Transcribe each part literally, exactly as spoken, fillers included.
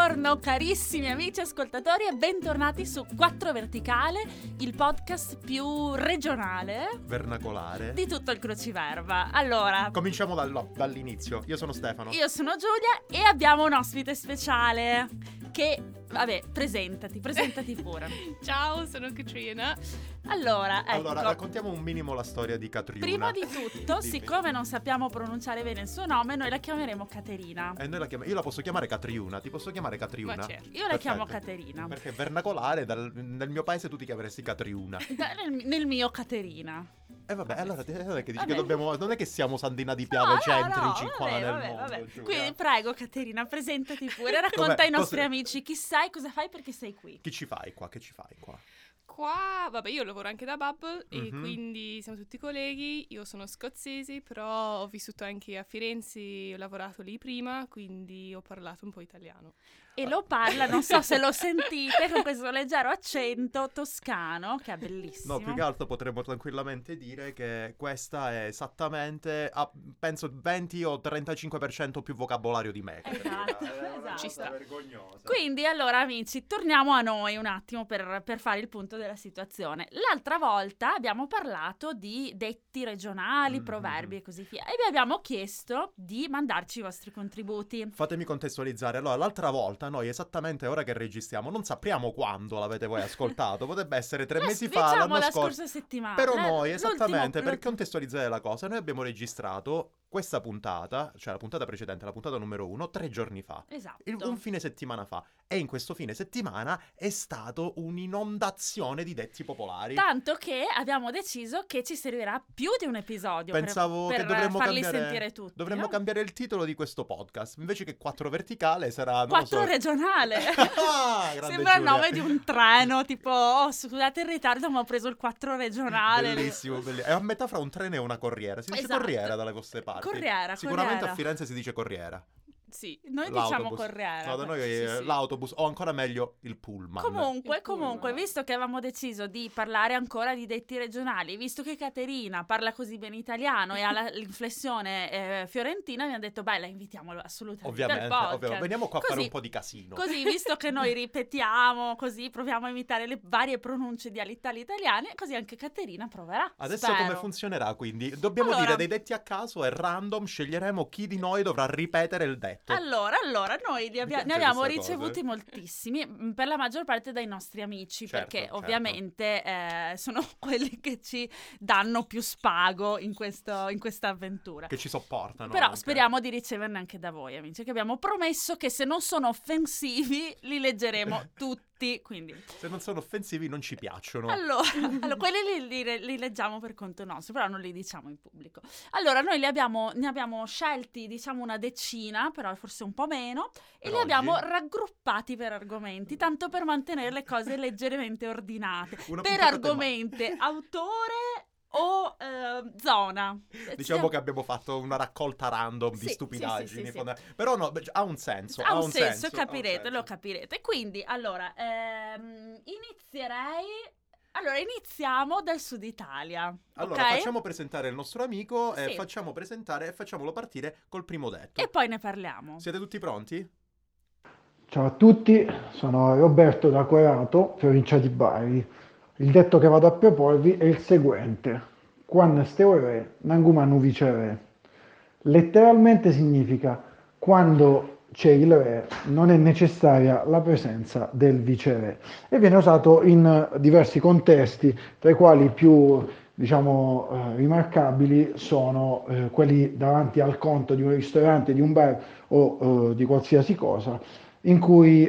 Buongiorno carissimi amici ascoltatori e bentornati su quattro Verticale, il podcast più regionale, vernacolare di tutto il Cruciverba. Allora, cominciamo dal, dall'inizio. Io sono Stefano. Io sono Giulia e abbiamo un ospite speciale che, vabbè, presentati, presentati pure. Ciao, sono Katrina. Allora, ecco, allora, raccontiamo un minimo la storia di Catriona. Prima di tutto, siccome non sappiamo pronunciare bene il suo nome, noi la chiameremo Caterina. E noi la chiam- io la posso chiamare Catriuna. Ti posso chiamare Catriuna? Ma certo. Io la chiamo Caterina. Perché vernacolare, dal, nel mio paese tu ti chiameresti Catriuna. Da- nel, nel mio Caterina. E vabbè, allora ti- non è che dici Vabbè. che dobbiamo. Non è che siamo Sandina di Piave No, no, centrici no, qua vabbè, nel vabbè, mondo. vabbè. Giulia. Quindi prego Caterina, presentati pure, racconta Com'è? ai nostri Cosa- amici chi sei, cosa fai, perché sei qui. Chi ci fai qua? Che ci fai qua? Qua, vabbè, io lavoro anche da Bubble e Mhm. quindi siamo tutti colleghi. Io sono scozzese, però ho vissuto anche a Firenze, ho lavorato lì prima, quindi ho parlato un po' italiano. E lo parla, non so se lo sentite, con questo leggero accento toscano, che è bellissimo. No, più che altro potremmo tranquillamente dire che questa è esattamente, ah, penso, venti o trentacinque per cento più vocabolario di me. Esatto, È una esatto. cosa Ci sta. vergognosa. Quindi allora amici, torniamo a noi un attimo per, per fare il punto della situazione. L'altra volta abbiamo parlato di detti regionali, Mhm. proverbi e così via, e vi abbiamo chiesto di mandarci i vostri contributi. Fatemi contestualizzare. Allora, l'altra volta noi, esattamente ora che registriamo, non sappiamo quando l'avete voi ascoltato. Potrebbe essere tre La- mesi fa, diciamo l'anno la scorso. scorsa settimana. Però La- noi, l'ultimo- esattamente, per l'ultimo- contestualizzare la cosa, noi abbiamo registrato questa puntata, cioè la puntata precedente, la puntata numero uno, tre giorni fa. Esatto. Il- un fine settimana fa. E in questo fine settimana è stato un'inondazione di detti popolari. Tanto che abbiamo deciso che ci servirà più di un episodio per- Pensavo per, che dovremmo farli cambiare, sentire tutti. dovremmo no? cambiare il titolo di questo podcast. Invece che quattro verticale sarà, non lo Quattro so. regionale. Ah, grande Sembra il Giulia. nome di un treno, tipo, oh, scusate il ritardo, ma ho preso il quattro regionale. Bellissimo, bellissimo. È a metà fra un treno e una corriera. Si dice Esatto. corriera dalle vostre parti. Corriera, Sicuramente corriera. a Firenze si dice corriera. Sì. Noi diciamo L'autobus. corriera. No, da noi Sì, è sì. l'autobus o ancora meglio il pullman. Comunque, Il comunque, pullman. visto che avevamo deciso di parlare ancora di detti regionali, visto che Caterina parla così bene italiano e ha la- l'inflessione eh, fiorentina, abbiamo detto, beh, la invitiamo assolutamente Ovviamente, al podcast. ovviamente. Veniamo qua a fare Così- un po' di casino. Così, visto che noi ripetiamo, così proviamo a imitare le varie pronunce dialettali italiane, così anche Caterina proverà. Adesso spero. come funzionerà quindi? Dobbiamo Allora- dire dei detti a caso e random, sceglieremo chi di noi dovrà ripetere il detto. Allora, allora, noi li abbia- Mi ne piace abbiamo questa cosa, ricevuti eh. moltissimi, mh, per la maggior parte dai nostri amici, Certo, perché certo. ovviamente eh, sono quelli che ci danno più spago in, questo, in questa avventura. Che ci sopportano. Però anche. speriamo di riceverne anche da voi, amici, che abbiamo promesso che se non sono offensivi li leggeremo tutti, quindi... Se non sono offensivi non ci piacciono. Allora, allora, quelli li, li- li leggiamo per conto nostro, però non li diciamo in pubblico. Allora, noi li abbiamo, ne abbiamo scelti, diciamo, una decina, però forse un po' meno, e Per li abbiamo oggi? raggruppati per argomenti, tanto per mantenere le cose leggermente ordinate. Una Per puntata argomento, autore o eh, zona. Diciamo che abbiamo fatto una raccolta random Sì, di sì, stupidaggini. sì, sì, sì. fonda- Però no, beh, ha un senso. Ha un senso, ha un capirete, senso. lo capirete. Quindi, allora, ehm, inizierei... Allora, iniziamo dal sud Italia. Allora, ok? facciamo presentare il nostro amico e Sì. facciamo presentare e facciamolo partire col primo detto. E poi ne parliamo. Siete tutti pronti? Ciao a tutti, sono Roberto da Corato, provincia di Bari. Il detto che vado a proporvi è il seguente: Quan steo re, nanguma nu vice re. Letteralmente significa: quando c'è il re non è necessaria la presenza del viceré, e viene usato in diversi contesti, tra i quali i più diciamo eh, rimarcabili sono eh, quelli davanti al conto di un ristorante, di un bar o eh, di qualsiasi cosa, in cui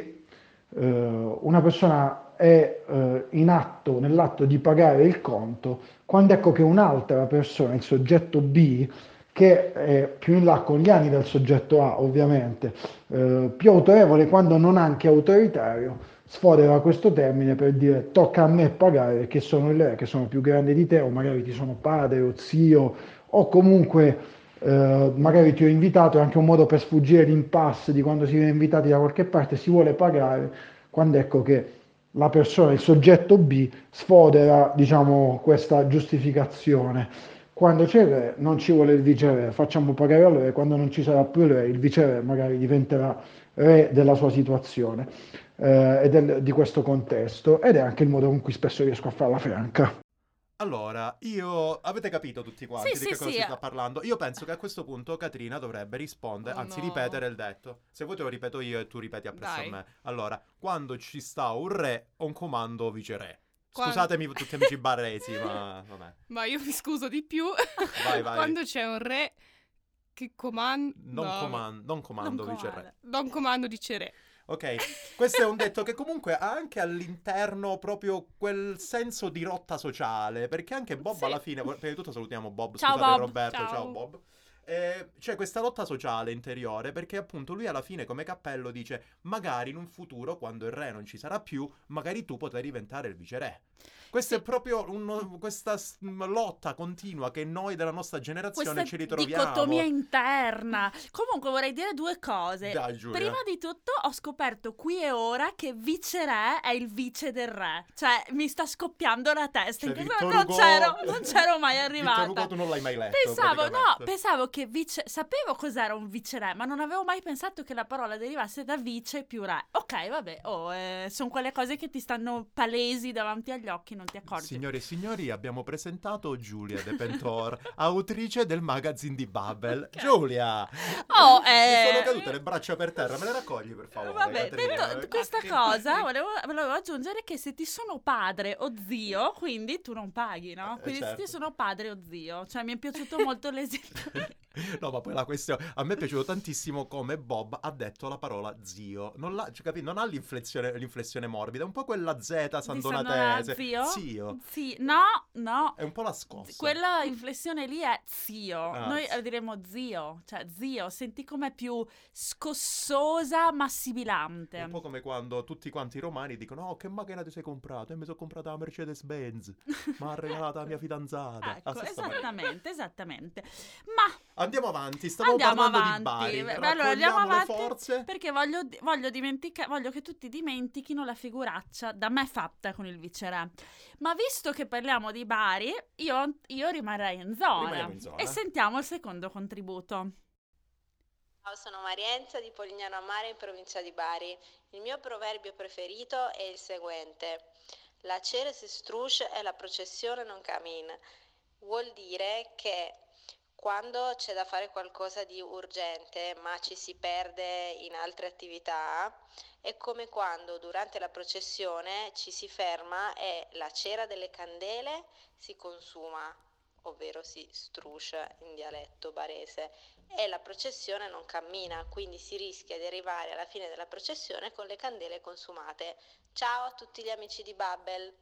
eh, una persona è eh, in atto, nell'atto di pagare il conto, quando ecco che un'altra persona, il soggetto B, che è più in là con gli anni del soggetto A, ovviamente, eh, più autorevole quando non anche autoritario, sfodera questo termine per dire: tocca a me pagare, che sono il re, che sono più grande di te, o magari ti sono padre o zio, o comunque eh, magari ti ho invitato. È anche un modo per sfuggire l'impasse di quando si viene invitati da qualche parte, si vuole pagare, quando ecco che la persona, il soggetto B, sfodera, diciamo, questa giustificazione. quando c'è il re non ci vuole il viceré, facciamo pagare al re, quando non ci sarà più il re, il viceré magari diventerà re della sua situazione eh, e del- di questo contesto, ed è anche il modo con cui spesso riesco a farla franca. Allora, io avete capito tutti quanti Sì, di sì, che cosa sì. si sta parlando? Io penso che a questo punto Catrina dovrebbe rispondere, Oh, anzi no. ripetere il detto. Se vuoi te lo ripeto io e tu ripeti appresso Dai. a me. Allora, quando ci sta un re, ho un comando viceré. Quan- Scusatemi tutti amici barresi, ma vabbè. Ma io mi scuso di più. Vai, vai. Quando c'è un re che comanda... Non, coman- non comando Non viceré. comanda. Non comando, dice re. Ok, questo è un detto che comunque ha anche all'interno proprio quel senso di rotta sociale, perché anche Bob Sì. alla fine, prima di tutto salutiamo Bob, Ciao, scusate Bob. Roberto, ciao, Ciao. Bob. Eh, c'è questa lotta sociale interiore perché appunto lui alla fine come cappello dice magari in un futuro quando il re non ci sarà più, magari tu potrai diventare il viceré. Questo Sì. è proprio un- questa s- lotta continua che noi della nostra generazione Questa ci ritroviamo. dicotomia interna. Comunque vorrei dire due cose. Dai, Giulia. Prima di tutto ho scoperto qui e ora che viceré è il vice del re. Cioè mi sta scoppiando la testa. Cioè, In che- Victor non, Hugo- c'ero, non c'ero mai Victor arrivata. Hugo tu non l'hai mai letto. Pensavo, no, praticamente. pensavo che vice... Sapevo cos'era un viceré, ma non avevo mai pensato che la parola derivasse da vice più re. Ok, vabbè, oh, eh, sono quelle cose che ti stanno palesi davanti agli occhi, non ti accorgi. Signore e signori, abbiamo presentato Giulia De Pentor, autrice del magazine di Babel. Ok. Giulia! Oh, Mi eh... sono cadute le braccia per terra, me le raccogli per favore? Vabbè, Caterina? detto questa cosa, volevo, volevo aggiungere che se ti sono padre o zio, quindi tu non paghi, no? Eh, Quindi se certo. ti sono padre o zio, cioè mi è piaciuto molto l'esempio. No, ma poi la questione... A me è piaciuto tantissimo come Bob ha detto la parola zio. Non, l'ha, cioè, capi? Non ha l'inflessione, l'inflessione morbida, è un po' quella Z Di sandonatese. Sandona, zio? Zio. Sì, no, no. È un po' la scossa. Quella inflessione lì è zio. Ah, Noi z- diremo zio, cioè zio, senti com'è più scossosa ma sibilante. Un po' come quando tutti quanti i romani dicono oh che macchina ti sei comprato? E mi sono comprata la Mercedes-Benz, ma ha regalata la mia fidanzata. Ecco, La stessa maniera. esattamente, esattamente. Ma Andiamo avanti, stavamo andiamo parlando avanti. di Bari. Beh, allora andiamo Raccogliamo le avanti forze. perché voglio, voglio, dimentica- voglio che tutti dimentichino la figuraccia da me fatta con il viceré. Ma visto che parliamo di Bari, io, io rimarrei in zona. Rimaniamo in zona. E sentiamo il secondo contributo. Ciao, sono Marienza di Polignano a Mare in provincia di Bari. Il mio proverbio preferito è il seguente: la cera si struscia e la processione non cammina. Vuol dire che quando c'è da fare qualcosa di urgente ma ci si perde in altre attività, è come quando durante la processione ci si ferma e la cera delle candele si consuma, ovvero si struscia in dialetto barese, e la processione non cammina, quindi si rischia di arrivare alla fine della processione con le candele consumate. Ciao a tutti gli amici di Babel.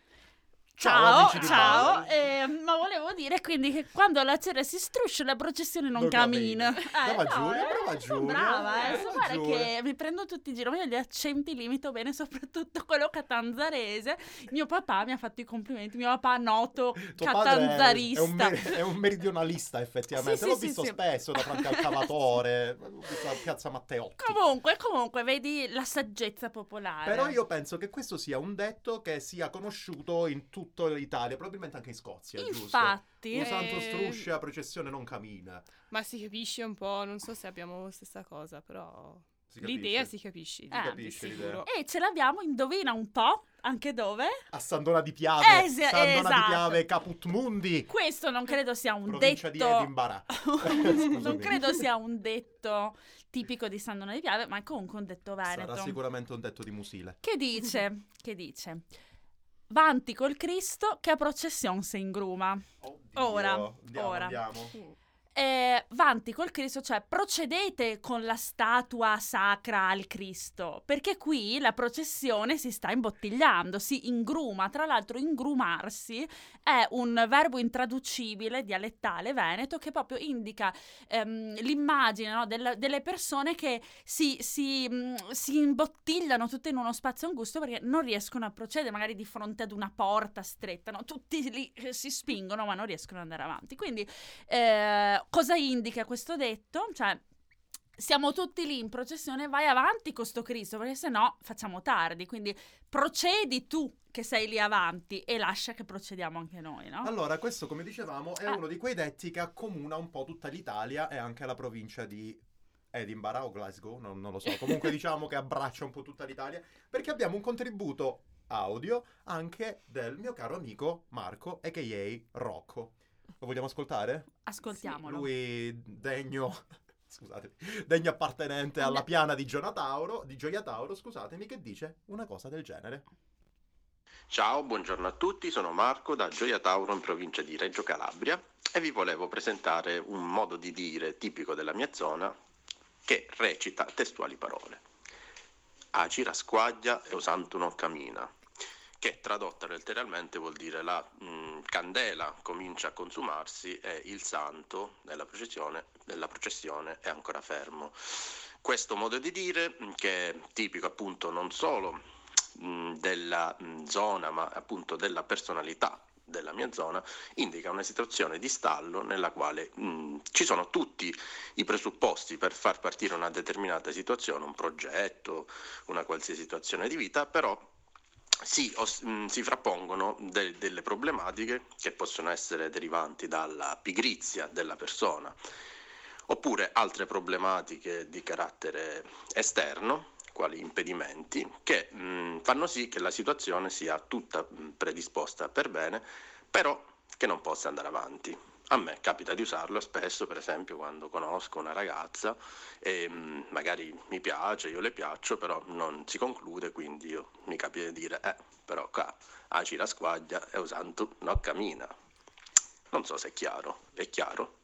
Ciao, Ciao, amici di ciao. Babel. Eh, ma volevo dire quindi che quando la cera si struscia la processione non, Non cammina. cammina. Brava Giulia, brava sono Giulia. brava, eh. Brava Guarda Giulia. che mi prendo tutti i giri, ma io gli accenti li imito bene, soprattutto quello catanzarese. Mio papà mi ha fatto i complimenti, mio papà noto Tuo padre è- catanzarista. È un, mer- è un meridionalista effettivamente. Sì, sì, L'ho sì, visto sì. spesso davanti al cavatore, l'ho visto a Piazza Matteotti. Comunque, comunque, vedi la saggezza popolare. Però io penso che questo sia un detto che sia conosciuto in tutta l'Italia, probabilmente anche in Scozia, giusto? Infatti, Un santo Eh, struscia, processione non cammina. Ma si capisce un po', non so se abbiamo la stessa cosa, però Si capisce. l'idea si capisce. Si di- capisce di l'idea. sicuro. e ce l'abbiamo, indovina un po', anche dove? A Sandona di Piave, Eh, sì, Sandona di esatto. Piave, Caput Mundi, Questo non credo sia un provincia di detto. Edinburgh. non Scusami. credo sia un detto tipico di Sandona di Piave, ma è comunque un detto veneto. Sarà sicuramente un detto di Musile. Che dice? Che dice? Vanti col Cristo che a procession se ingruma. Oddio. Ora, Andiamo, ora. andiamo. Eh, vanti col Cristo, cioè procedete con la statua sacra al Cristo, perché qui la processione si sta imbottigliando, si ingruma. Tra l'altro ingrumarsi è un verbo intraducibile, dialettale veneto, che proprio indica ehm, l'immagine, no, del- delle persone che si, si, mh, si imbottigliano tutte in uno spazio angusto perché non riescono a procedere, magari di fronte ad una porta stretta, no? Tutti lì eh, si spingono ma non riescono ad andare avanti. Quindi eh, cosa indica questo detto? Cioè, siamo tutti lì in processione, vai avanti con sto Cristo, perché sennò facciamo tardi, quindi procedi tu che sei lì avanti e lascia che procediamo anche noi, no? Allora, questo, come dicevamo, è Eh. uno di quei detti che accomuna un po' tutta l'Italia e anche la provincia di Edinburgh o Glasgow, non, non lo so. Comunque diciamo che abbraccia un po' tutta l'Italia, perché abbiamo un contributo audio anche del mio caro amico Marco, a k a. Rocco. Lo vogliamo ascoltare? Ascoltiamolo. Lui degno... Scusate, degno appartenente alla piana di Gioia Tauro, di Gioia Tauro, scusatemi, che dice una cosa del genere. Ciao, buongiorno a tutti, sono Marco da Gioia Tauro in provincia di Reggio Calabria e vi volevo presentare un modo di dire tipico della mia zona che recita testuali parole. Aci rasquaglia e usantu non cammina, che tradotta letteralmente vuol dire la mh, candela comincia a consumarsi e il santo nella processione, nella processione è ancora fermo. Questo modo di dire, che è tipico appunto non solo mh, della mh, zona ma appunto della personalità della mia zona, indica una situazione di stallo nella quale mh, ci sono tutti i presupposti per far partire una determinata situazione, un progetto, una qualsiasi situazione di vita, però Si, os, mh, si frappongono de, delle problematiche che possono essere derivanti dalla pigrizia della persona oppure altre problematiche di carattere esterno, quali impedimenti, che mh, fanno sì che la situazione sia tutta mh, predisposta per bene, però che non possa andare avanti. A me capita di usarlo spesso, per esempio, quando conosco una ragazza e mh, magari mi piace, io le piaccio, però non si conclude, quindi io mi capita di dire, eh, però qua, aci la squaglia e usantu no cammina. Non so se è chiaro, è chiaro?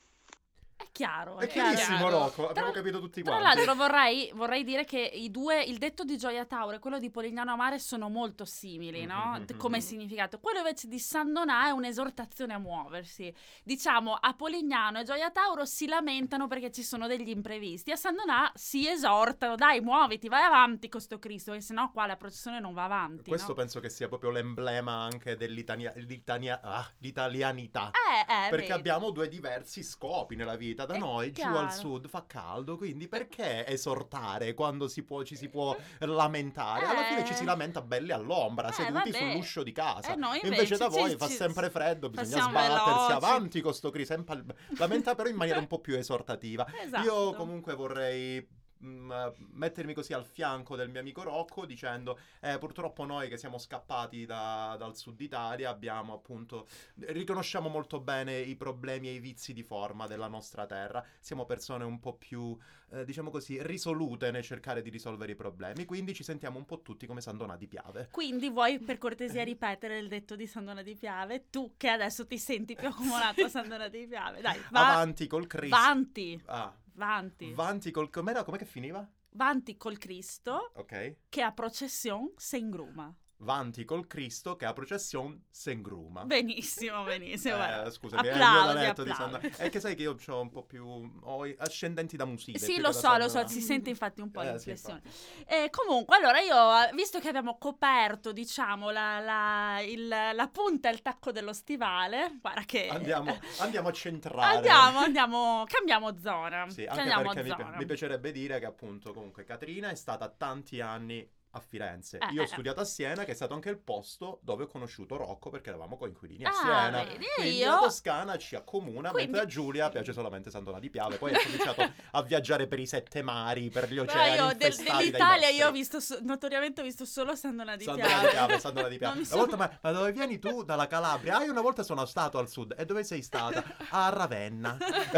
È chiaro, È è chiaro. chiarissimo, Rocco, Tra- abbiamo capito tutti Tra quanti. l'altro vorrei, vorrei dire che i due, il detto di Gioia Tauro e quello di Polignano a Mare sono molto simili, no? Mhm, mhm, Come mhm. significato. Quello invece di San Donà è un'esortazione a muoversi. Diciamo, a Polignano e Gioia Tauro si lamentano perché ci sono degli imprevisti. A San Donà si esortano, dai, muoviti, vai avanti con sto Cristo, che sennò qua la processione non va avanti, Questo no? penso che sia proprio l'emblema anche dell'italianità, ah, l'italianità. Eh, eh, Perché vedi. abbiamo due diversi scopi nella vita. Da È noi giù chiaro. al sud fa caldo, quindi perché esortare quando si può, ci si può lamentare? Alla fine ci si Eh. lamenta belli all'ombra, Eh, seduti vabbè. sull'uscio di casa. Eh, noi Invece, invece da voi ci- fa ci- sempre freddo, bisogna passiamo sbattersi veloci. avanti con sto Cristo, sempre lamenta però in maniera un po' più esortativa. Esatto. Io comunque vorrei mh, mettermi così al fianco del mio amico Rocco dicendo eh, purtroppo noi che siamo scappati da- dal sud Italia abbiamo appunto riconosciamo molto bene i problemi e i vizi di forma della nostra terra, siamo persone un po' più eh, diciamo così risolute nel cercare di risolvere i problemi, quindi ci sentiamo un po' tutti come San Donà di Piave. Quindi vuoi per cortesia ripetere il detto di San Donà di Piave? Tu che adesso ti senti più accomodato a San Donà di Piave. Dai, va Avanti col Cristo. avanti, Ah, avanti, avanti col com'era com'è che finiva? avanti col Cristo Ok. che a processione se ingruma. Vanti col Cristo che a processione se ingruma. Benissimo, benissimo. Eh, guarda. scusami, è il applausi, mio dialetto di San applausi. È che sai che io ho un po' più ho i ascendenti da musile. Sì, più lo che da so, lo San- so, si sente infatti un po' Eh, sì, l'impressione. Eh, comunque, allora io, visto che abbiamo coperto, diciamo, la, la, il- la punta e il tacco dello stivale, guarda che... Andiamo, andiamo a centrare. Andiamo, andiamo, cambiamo zona. Sì, anche cambiamo perché mi, pi- zona. mi piacerebbe dire che appunto comunque Caterina è stata tanti anni a Firenze. Eh, Io ho eh, studiato a Siena, che è stato anche il posto dove ho conosciuto Rocco perché eravamo coinquilini a Ah, Siena. vedi, Quindi io- la Toscana ci accomuna, Quindi- mentre a Giulia piace solamente San Donà di Piave. Poi ha cominciato a viaggiare per i sette mari, per gli Però oceani io del- infestati dai dell'Italia io ho mostri. visto, so- notoriamente ho visto solo San Donà di San Piave. Donà di Piave, San Donà di Piave. Non mi Una sono- volta, ma, ma dove vieni tu? Dalla Calabria? Ah, io una volta sono stato al sud. E dove sei stata? A Ravenna.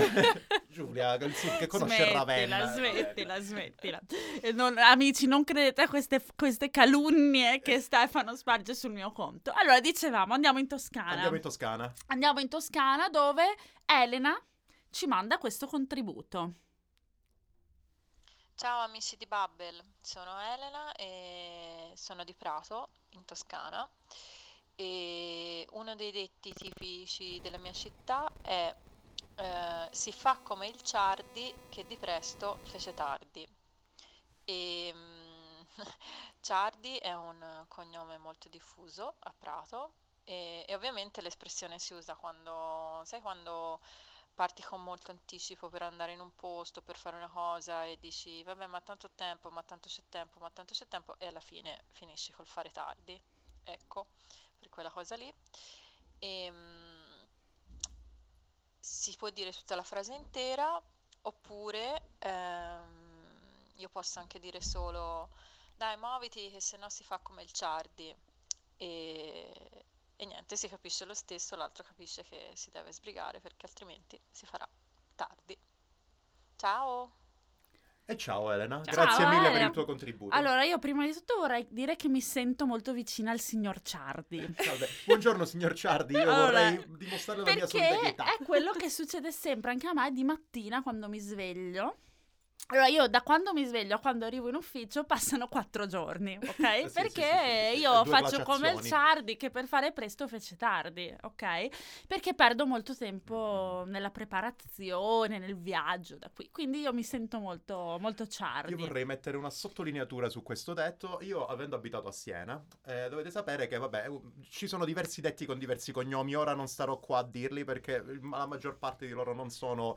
Giulia, il sud che conosce Smettila, Ravenna. Smettila, smettila. E non- amici, non credete a queste, queste calunnie che Stefano sparge sul mio conto. Allora, dicevamo, andiamo in Toscana. Andiamo in Toscana. Andiamo in Toscana dove Elena ci manda questo contributo. Ciao amici di Babbel, sono Elena e sono di Prato, in Toscana, e uno dei detti tipici della mia città è eh, si fa come il Ciardi che di presto fece tardi. E, mm, Ciardi è un cognome molto diffuso a Prato e, e ovviamente l'espressione si usa quando, sai, quando parti con molto anticipo per andare in un posto, per fare una cosa e dici vabbè ma tanto tempo, ma tanto c'è tempo, ma tanto c'è tempo e alla fine finisci col fare tardi, ecco, per quella cosa lì. E, mm, si può dire tutta la frase intera oppure ehm, io posso anche dire solo dai muoviti che se no si fa come il Ciardi e, e niente, si capisce lo stesso, l'altro capisce che si deve sbrigare perché altrimenti si farà tardi. Ciao! E ciao Elena, Ciao, grazie mille Elena. per il tuo contributo. Allora, io prima di tutto vorrei dire che mi sento molto vicina al signor Ciardi. Salve. Buongiorno signor Ciardi, io Allora, vorrei dimostrare la mia Perché solidarietà. è quello che succede sempre anche a me di mattina quando mi sveglio. Allora, io da quando mi sveglio a quando arrivo in ufficio passano quattro giorni, ok? Sì, sì, Perché sì, sì, sì. io Due faccio come il glaciazioni. Ciardi che per fare presto fece tardi, ok? Perché perdo molto tempo nella preparazione, nel viaggio da qui. Quindi io mi sento molto, molto Ciardi. Io vorrei mettere una sottolineatura su questo detto. Io, avendo abitato a Siena, eh, dovete sapere che, vabbè, ci sono diversi detti con diversi cognomi. Ora non starò qua a dirli perché la maggior parte di loro non sono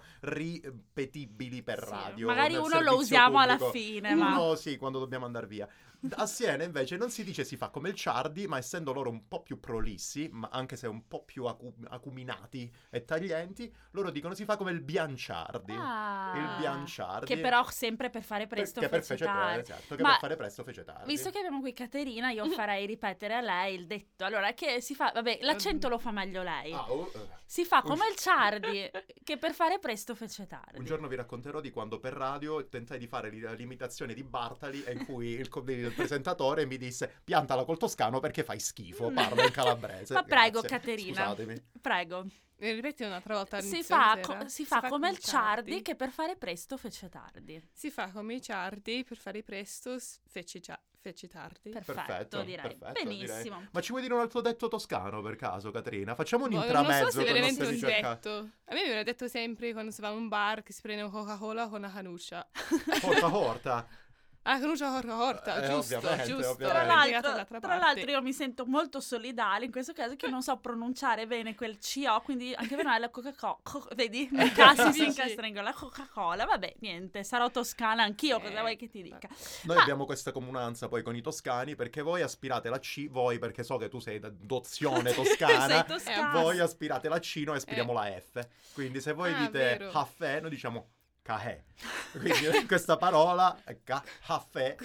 ripetibili per Sì, radio. magari nel uno lo servizio usiamo alla pubblico. fine, ma... Uno sì, quando dobbiamo andare via. A Siena invece non si dice si fa come il Ciardi, ma essendo loro un po' più prolissi, ma anche se un po' più acu- acuminati e taglienti, loro dicono si fa come il Bianciardi. Ah, Il Bianciardi. che però sempre per fare presto Che per fece fece tardi. esatto, che Ma per fare presto fece tardi. visto che abbiamo qui Caterina, io farei ripetere a lei il detto. Allora, che si fa... Vabbè, l'accento lo fa meglio lei. Ah, oh, eh. Si fa come il Ciardi, che per fare presto fece tardi. Un giorno vi racconterò di quando per radio tentai di fare li- l'imitazione di Bartali e in cui il, co- il presentatore mi disse piantala col toscano perché fai schifo, parla in calabrese. Ma prego, Grazie. Caterina. Scusatemi. Prego. E ripeti un'altra volta Si all'inizio, fa, cos'era? co- si fa come il Ciardi, che per fare presto fece tardi. Si fa come i Ciardi, per fare presto s- feci, cia- feci tardi. Perfetto, Perfetto, direi. perfetto, Benissimo. direi. Ma ci vuoi dire un altro detto toscano per caso, Caterina? Facciamo un Boh, intramezzo. non so se che veramente non un stai cercando. detto. A me mi viene detto sempre quando si va a un bar che si prende un Coca-Cola con una canuccia. Horta horta. Ah, canuccia horta horta, Eh, giusto, ovviamente, giusto. ovviamente. Tra Ho l'altro, indicato dall'altra tra parte. l'altro io mi sento molto solidale in questo caso che non so pronunciare bene quel C O, quindi anche per me la Coca-Cola, co- vedi? Mi incassi, si Sì, sì. incastringo la Coca-Cola, vabbè, niente, sarò toscana anch'io, cosa Eh, vuoi che ti dica? Noi Ma- abbiamo questa comunanza poi con i toscani perché voi aspirate la C, voi perché so che tu sei d'adozione toscana, Sei toscana. voi aspirate la C, noi aspiriamo Eh. la F. Quindi se voi Ah, dite vero. caffè, noi diciamo cahè. Quindi questa parola è ca- caffè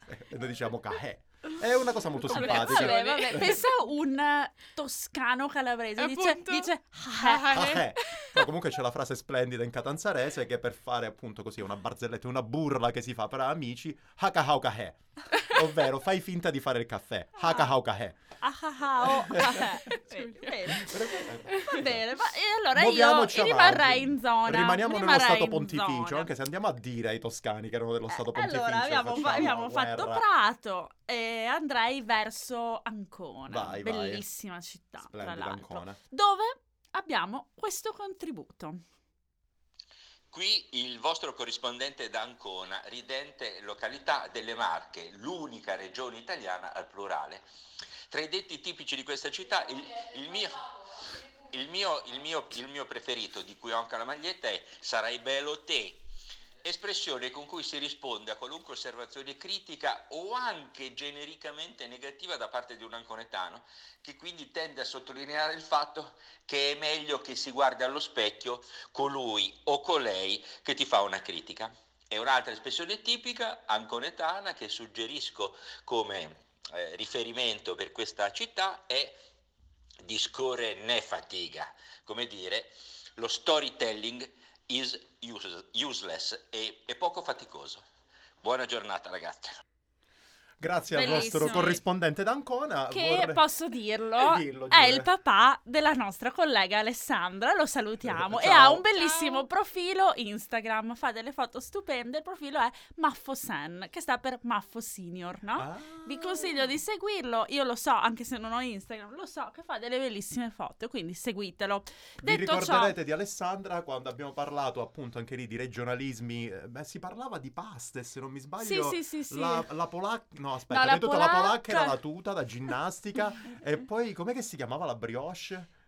e noi diciamo cahè. È una cosa molto Vabbè, simpatica. vabbè, vabbè. Pensa un eh, toscano calabrese, dice, Appunto. dice Ah, Cahè. No, comunque c'è la frase splendida in catanzarese che per fare appunto così una barzelletta, una burla che si fa per amici, hakahau cahè. Ovvero fai finta di fare il caffè. Hakahau cahè. ah ah ah oh, ah, eh. Bene, bene. Va bene, ma e allora Muoviamoci io avanti. rimarrei in zona. Rimaniamo nello rimarrei Stato in pontificio, zona. anche se andiamo a dire ai toscani che erano dello Stato Eh, pontificio. allora abbiamo, fa- facciamo abbiamo la fatto guerra. Prato e andrei verso Ancona, Vai, vai. bellissima città, tra Splendida l'altro, Ancona. dove abbiamo questo contributo. Qui il vostro corrispondente da Ancona, ridente località delle Marche, l'unica regione italiana al plurale. Tra i detti tipici di questa città, il, il mio... Il mio, il, mio, il mio preferito, di cui ho anche la maglietta, è "sarai bello te", espressione con cui si risponde a qualunque osservazione critica o anche genericamente negativa da parte di un anconetano, che quindi tende a sottolineare il fatto che è meglio che si guardi allo specchio colui o colei che ti fa una critica. E un'altra espressione tipica anconetana che suggerisco come eh, riferimento per questa città è "discorre ne fatiga", come dire, lo storytelling is use- useless e è poco faticoso. Buona giornata ragazzi. Grazie al Bellissimo. nostro corrispondente d'Ancona. Che vorrei- posso dirlo, Eh, dillo, è Giulia. il papà della nostra collega Alessandra, lo salutiamo, Eh, e ciao. ha un bellissimo Ciao. profilo Instagram, fa delle foto stupende, il profilo è Maffo Sen, che sta per Maffo Senior, no? Ah. Vi consiglio di seguirlo, io lo so, anche se non ho Instagram, lo so che fa delle bellissime foto, quindi seguitelo. Vi Detto ciò, ricorderete di Alessandra quando abbiamo parlato appunto anche lì di regionalismi, eh, beh, si parlava di paste se non mi sì, sbaglio. sì, sì, sì. La, la polacca, no aspetta, No, la hai detto la polacca polacca- era la tuta da ginnastica e poi com'è che si chiamava la brioche?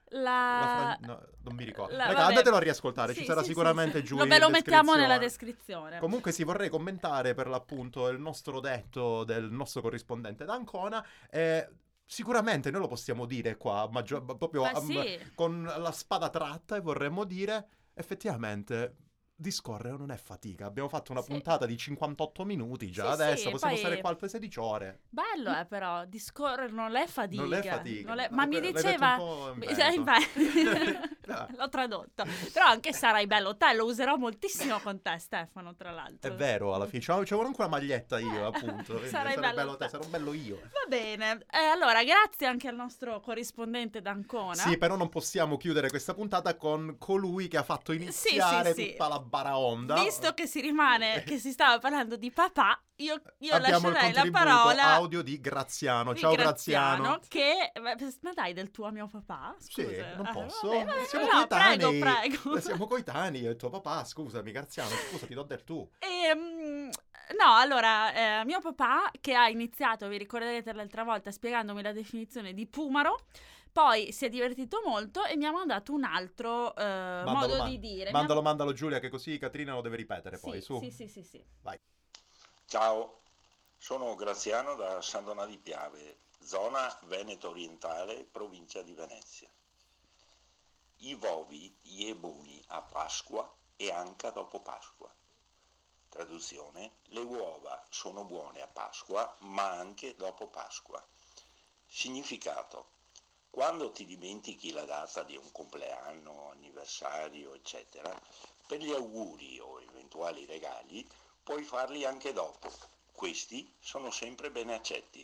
La... La Fran- no, non mi ricordo. La- Raga, vabbè. andatelo a riascoltare, Sì, ci sarà sì, sicuramente sì, sì. giù Lo, in ve lo mettiamo descrizione. nella descrizione. Comunque sì, vorrei commentare per l'appunto il nostro detto del nostro corrispondente d'Ancona. Eh, sicuramente noi lo possiamo dire qua, maggior- proprio Beh, am- sì. con la spada tratta, e vorremmo dire effettivamente discorrere non è fatica. Abbiamo fatto una Sì. puntata di cinquantotto minuti già Sì, adesso, sì, possiamo poi- stare qua altre sedici ore. Bello è però, discorrere non è fatica. Non è fatica. Non è- No, Ma mi l'hai detto diceva... un po' in mi- Veneto. in Veneto. L'ho tradotto. Però anche sarai bello te, lo userò moltissimo con te, Stefano, tra l'altro. È vero, alla fine c'avevo c'avevo anche una maglietta io, appunto. quindi Sarai sarò bello te, te. sarò bello io. Va bene. Eh, allora, grazie anche al nostro corrispondente d'Ancona. Sì, però non possiamo chiudere questa puntata con colui che ha fatto iniziare sì, sì. tutta la baraonda. Visto che si rimane, che si stava parlando di papà, io, io Abbiamo il lascerei la contributo parola audio di Graziano. di Ciao Graziano. che... Ma dai, del tuo a mio papà? Sì, Scusa. non Ah, posso. vabbè, vabbè, Siamo no, coetanei. prego, prego. Siamo coetanei. Io e tuo papà, scusami, Graziano, scusa, ti do del tu. Ehm, no, allora, eh, mio papà che ha iniziato, vi ricorderete l'altra volta, spiegandomi la definizione di pumaro, poi si è divertito molto e mi ha mandato un altro eh, Mandalo, modo man- di dire. Mandalo, mandalo Giulia, che così Catrina lo deve ripetere Mi ha- poi, sì, su. sì, sì, sì, sì. Vai. Ciao, sono Graziano da San Donà di Piave, zona Veneto orientale, provincia di Venezia. I vovi, gli ebuni a Pasqua e anche dopo Pasqua. Traduzione: le uova sono buone a Pasqua, ma anche dopo Pasqua. Significato: quando ti dimentichi la data di un compleanno, anniversario, eccetera, per gli auguri o eventuali regali puoi farli anche dopo. Questi sono sempre ben accetti.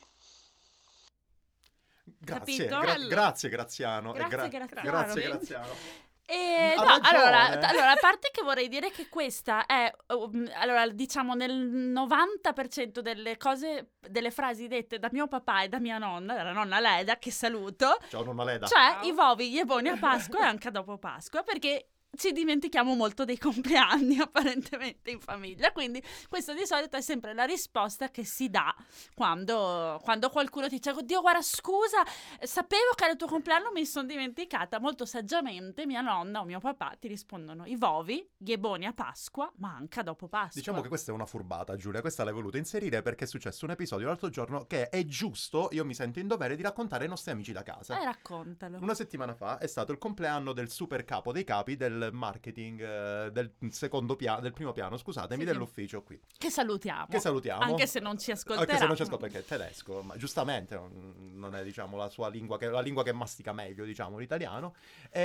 Grazie, Capito? gra- grazie Graziano. e Grazie, gra- Graziano, Grazie vedi? Graziano. E, Ha no, ragione. allora, t- allora, a parte che vorrei dire che questa è, um, allora, diciamo, nel novanta per cento delle cose, delle frasi dette da mio papà e da mia nonna, dalla nonna Leda, che saluto, Ciao nonna Leda. cioè i vovi, gli eboni a Pasqua e anche dopo Pasqua, perché ci dimentichiamo molto dei compleanni apparentemente in famiglia, quindi questo di solito è sempre la risposta che si dà quando, quando qualcuno ti dice: oddio, guarda, scusa, sapevo che era il tuo compleanno, mi sono dimenticata. Molto saggiamente mia nonna o mio papà ti rispondono: i vovi, gli eboni a Pasqua, ma anche dopo Pasqua. Diciamo che questa è una furbata, Giulia, questa l'hai voluta inserire perché è successo un episodio l'altro giorno che è giusto, io mi sento in dovere di raccontare ai nostri amici da casa. Eh, raccontalo. Una settimana fa è stato il compleanno del super capo dei capi del marketing eh, del secondo piano, del primo piano, scusatemi, Sì, sì. dell'ufficio qui. Che salutiamo. Che salutiamo. Anche se non ci ascolterà. Anche se non ci ascolta perché è tedesco, ma giustamente non, non è, diciamo, la sua lingua, che la lingua che mastica meglio, diciamo, l'italiano.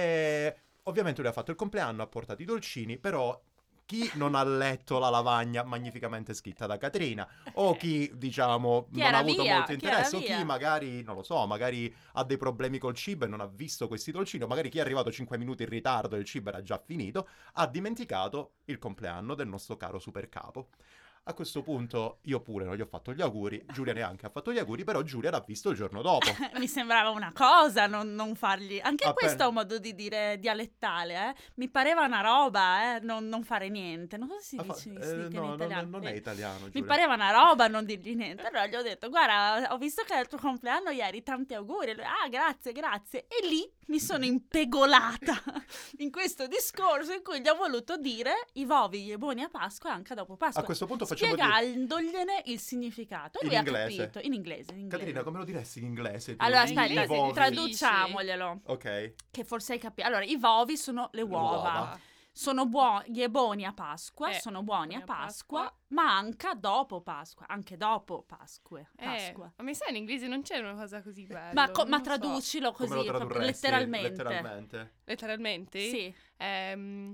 E ovviamente lui ha fatto il compleanno, ha portato i dolcini, però chi non ha letto la lavagna magnificamente scritta da Catrina, o chi, diciamo, Chi non era ha avuto via, molto chi interesse, o era chi via. magari, non lo so, magari ha dei problemi col cibo e non ha visto questi dolcini, o magari chi è arrivato cinque minuti in ritardo e il cibo era già finito, ha dimenticato il compleanno del nostro caro supercapo. A questo punto io pure non gli ho fatto gli auguri, Giulia neanche ha fatto gli auguri, però Giulia l'ha visto il giorno dopo. Mi sembrava una cosa non, non fargli. Anche Appena- questo è un modo di dire dialettale, eh. Mi pareva una roba, eh, non, non fare niente. Non so se si Ha fa- dice eh, si dica no, in non- italiano. non è Eh, italiano, Mi Giulia. pareva una roba non dirgli niente. Allora gli ho detto: guarda, ho visto che è il tuo compleanno ieri, tanti auguri. E lui, ah, grazie, grazie. E lì mi sono impegolata in questo discorso in cui gli ho voluto dire i vovi, gli eboni a Pasqua e anche dopo Pasqua. A questo punto facciamo dire Spiegandogliene il significato. E in lui ha inglese. capito. In inglese, in inglese. Caterina, come lo diresti in inglese? tu? Allora, I- aspetta, i vovi. traduciamoglielo. Ok. Che forse hai capito. Allora, i vovi sono le uova. uova. Sono buoni, gli eboni a Pasqua, Eh, sono buoni a buoni a Pasqua, Pasqua. ma anche dopo Pasqua, anche dopo Pasqua. Eh, Pasqua. ma mi sa in inglese non c'è una cosa così bella. Ma, co- non ma lo so. traducilo Come così, lo proprio tradurresti? letteralmente. Letteralmente. Letteralmente? Sì. Um,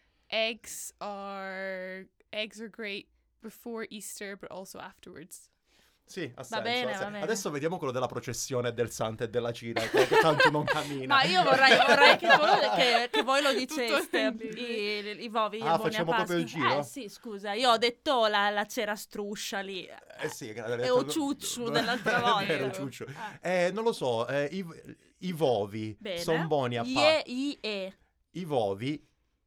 eggs are eggs are great before Easter, but also afterwards. Sì, ha Va senso, bene, ha va senso. bene. Adesso vediamo quello della processione del santo e della Cina, che, che tanto non cammina. Ma io vorrei, vorrei che, voi, che, che voi lo Tutto diceste, in inglese. i, i vovi, gli Ah, eboni facciamo a proprio Pasqua. il giro? Eh sì, scusa, io ho detto la, la cera struscia lì. Eh sì, che E o ciucciu dell'altra volta. È vero, ciucciu. Eh, non lo so, eh, i, i vovi Bene. sono buoni a Ie, Pasqua. i, e. I vovi,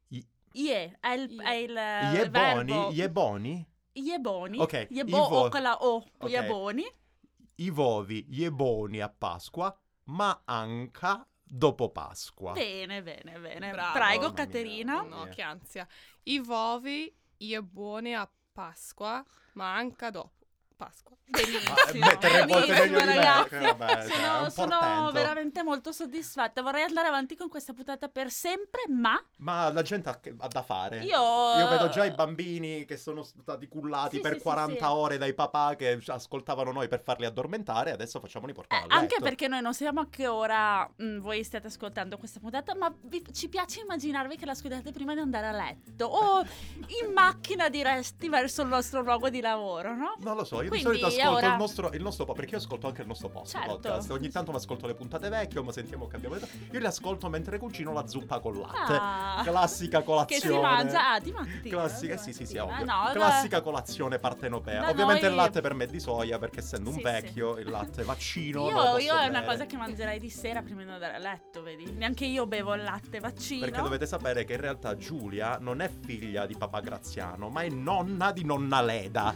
Ie, è il, Ie. è il, gli il eboni, verbo. gli eboni, Gli eboni. Ok, Gli i ebo, vo- o con la O, Ok. gli eboni. i vovi, gli eboni a Pasqua, ma anche dopo Pasqua. Bene, bene, bene. Bravo. Prego, Mamma mia, Caterina. mamma No, mia. che ansia. I vovi, je buone a Pasqua, ma anche dopo Pasqua. Benissimo, Ah, beh, tre volte benissimo, meglio di me, ragazzi. che vabbè, cioè, è sono un sono portento. veramente molto soddisfatta. Vorrei andare avanti con questa puntata per sempre, ma Ma la gente ha, ha da fare. io... Io vedo già i bambini che sono stati cullati Sì, per sì, sì, quaranta sì. ore dai papà che ascoltavano noi per farli addormentare, adesso facciamoli portare Eh, a letto. anche perché noi non sappiamo a che ora mh, voi stiate ascoltando questa puntata, ma vi- ci piace immaginarvi che l'ascoltate prima di andare a letto o in macchina diresti verso il nostro luogo di lavoro, no? Non lo so, io Quindi, di solito ascolto ora- il nostro, il nostro po- perché io ascolto anche il nostro post Certo. podcast. Ogni tanto mi ascolto le puntate vecchie o mi sentiamo che abbiamo detto. Io le ascolto mentre cucino la zuppa con latte. Ah. Classica Che colazione. si mangia ah, di mattina. Classica, sì, sì, sì, Ah, ovvio. no, da- Classica colazione partenopea. da Ovviamente noi- il latte per me è di soia, perché essendo un Sì, vecchio, il latte vaccino. Io, non lo posso io è una bere. cosa che mangerei di sera prima di andare a letto, vedi? Neanche io bevo il latte vaccino. Perché dovete sapere che in realtà Giulia non è figlia di Papa Graziano, ma è nonna di nonna Leda.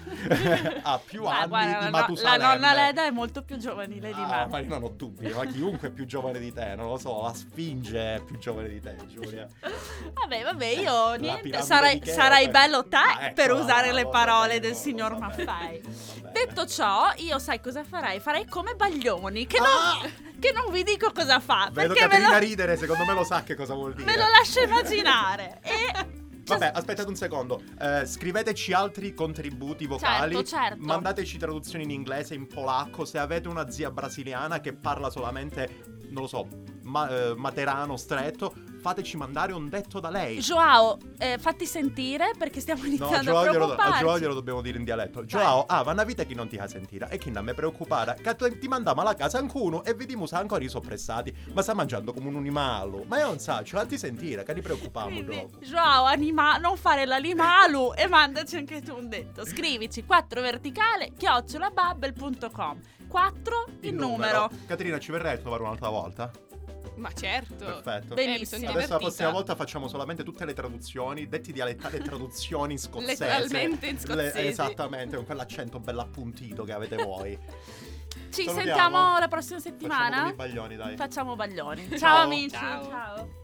Ha più Ma anni guarda, di la, no- la Matusalemme. nonna Leda è molto più giovanile di Ah, me. ma io non ho dubbi, ma chiunque è più giovane di te, non lo so, la Sfinge è più giovane di te, Giulia. Vabbè, vabbè, io La niente, piramide sarai, di Cheo, sarai per- bello te Ah, ecco, per usare ah, le lo parole sapevo, del lo signor sapevo. Maffei. Va bene. Detto ciò, io sai cosa farei? Farei come Baglioni, che, Ah! non, che non vi dico cosa fa, Vedo perché me Caterina lo, ridere, secondo me lo sa che cosa vuol dire. me lo lascio immaginare. E Vabbè, aspettate un secondo. Eh, scriveteci altri contributi vocali. Certo, certo. Mandateci traduzioni in inglese, in polacco. Se avete una zia brasiliana che parla solamente, non lo so, ma- eh, materano stretto, fateci mandare un detto da lei. Joao, eh, fatti sentire perché stiamo No, a iniziando a Joao, glielo, a preoccuparci. Joao glielo dobbiamo dire in dialetto. Joao, ah, va una vita che non ti fa sentire e che non mi preoccupare. Che tu- ti mandiamo alla casa ancuno e vediamo se ancora i soppressati. Ma sta mangiando come un animale. Ma io non so, cioè, ti sentire, che ti preoccupiamo Quindi, dopo. Joao, anima- non fare l'animalu e mandaci anche tu un detto. Scrivici quattro verticale chiocciolabubble punto com. quattro il, numero. Caterina, ci verrai a trovare un'altra volta? Ma certo. Perfetto. Benissimo. Eh, mi sono Adesso la divertita. prossima volta facciamo solamente tutte le traduzioni, detti dialettali e traduzioni in scozzese. Letteralmente in Le- scozzese. esattamente, con quell'accento bello appuntito che avete voi. Ci Salutiamo. sentiamo la prossima Facciamo settimana. con i baglioni, dai. Facciamo baglioni. Ciao, Ciao. amici. Ciao. Ciao.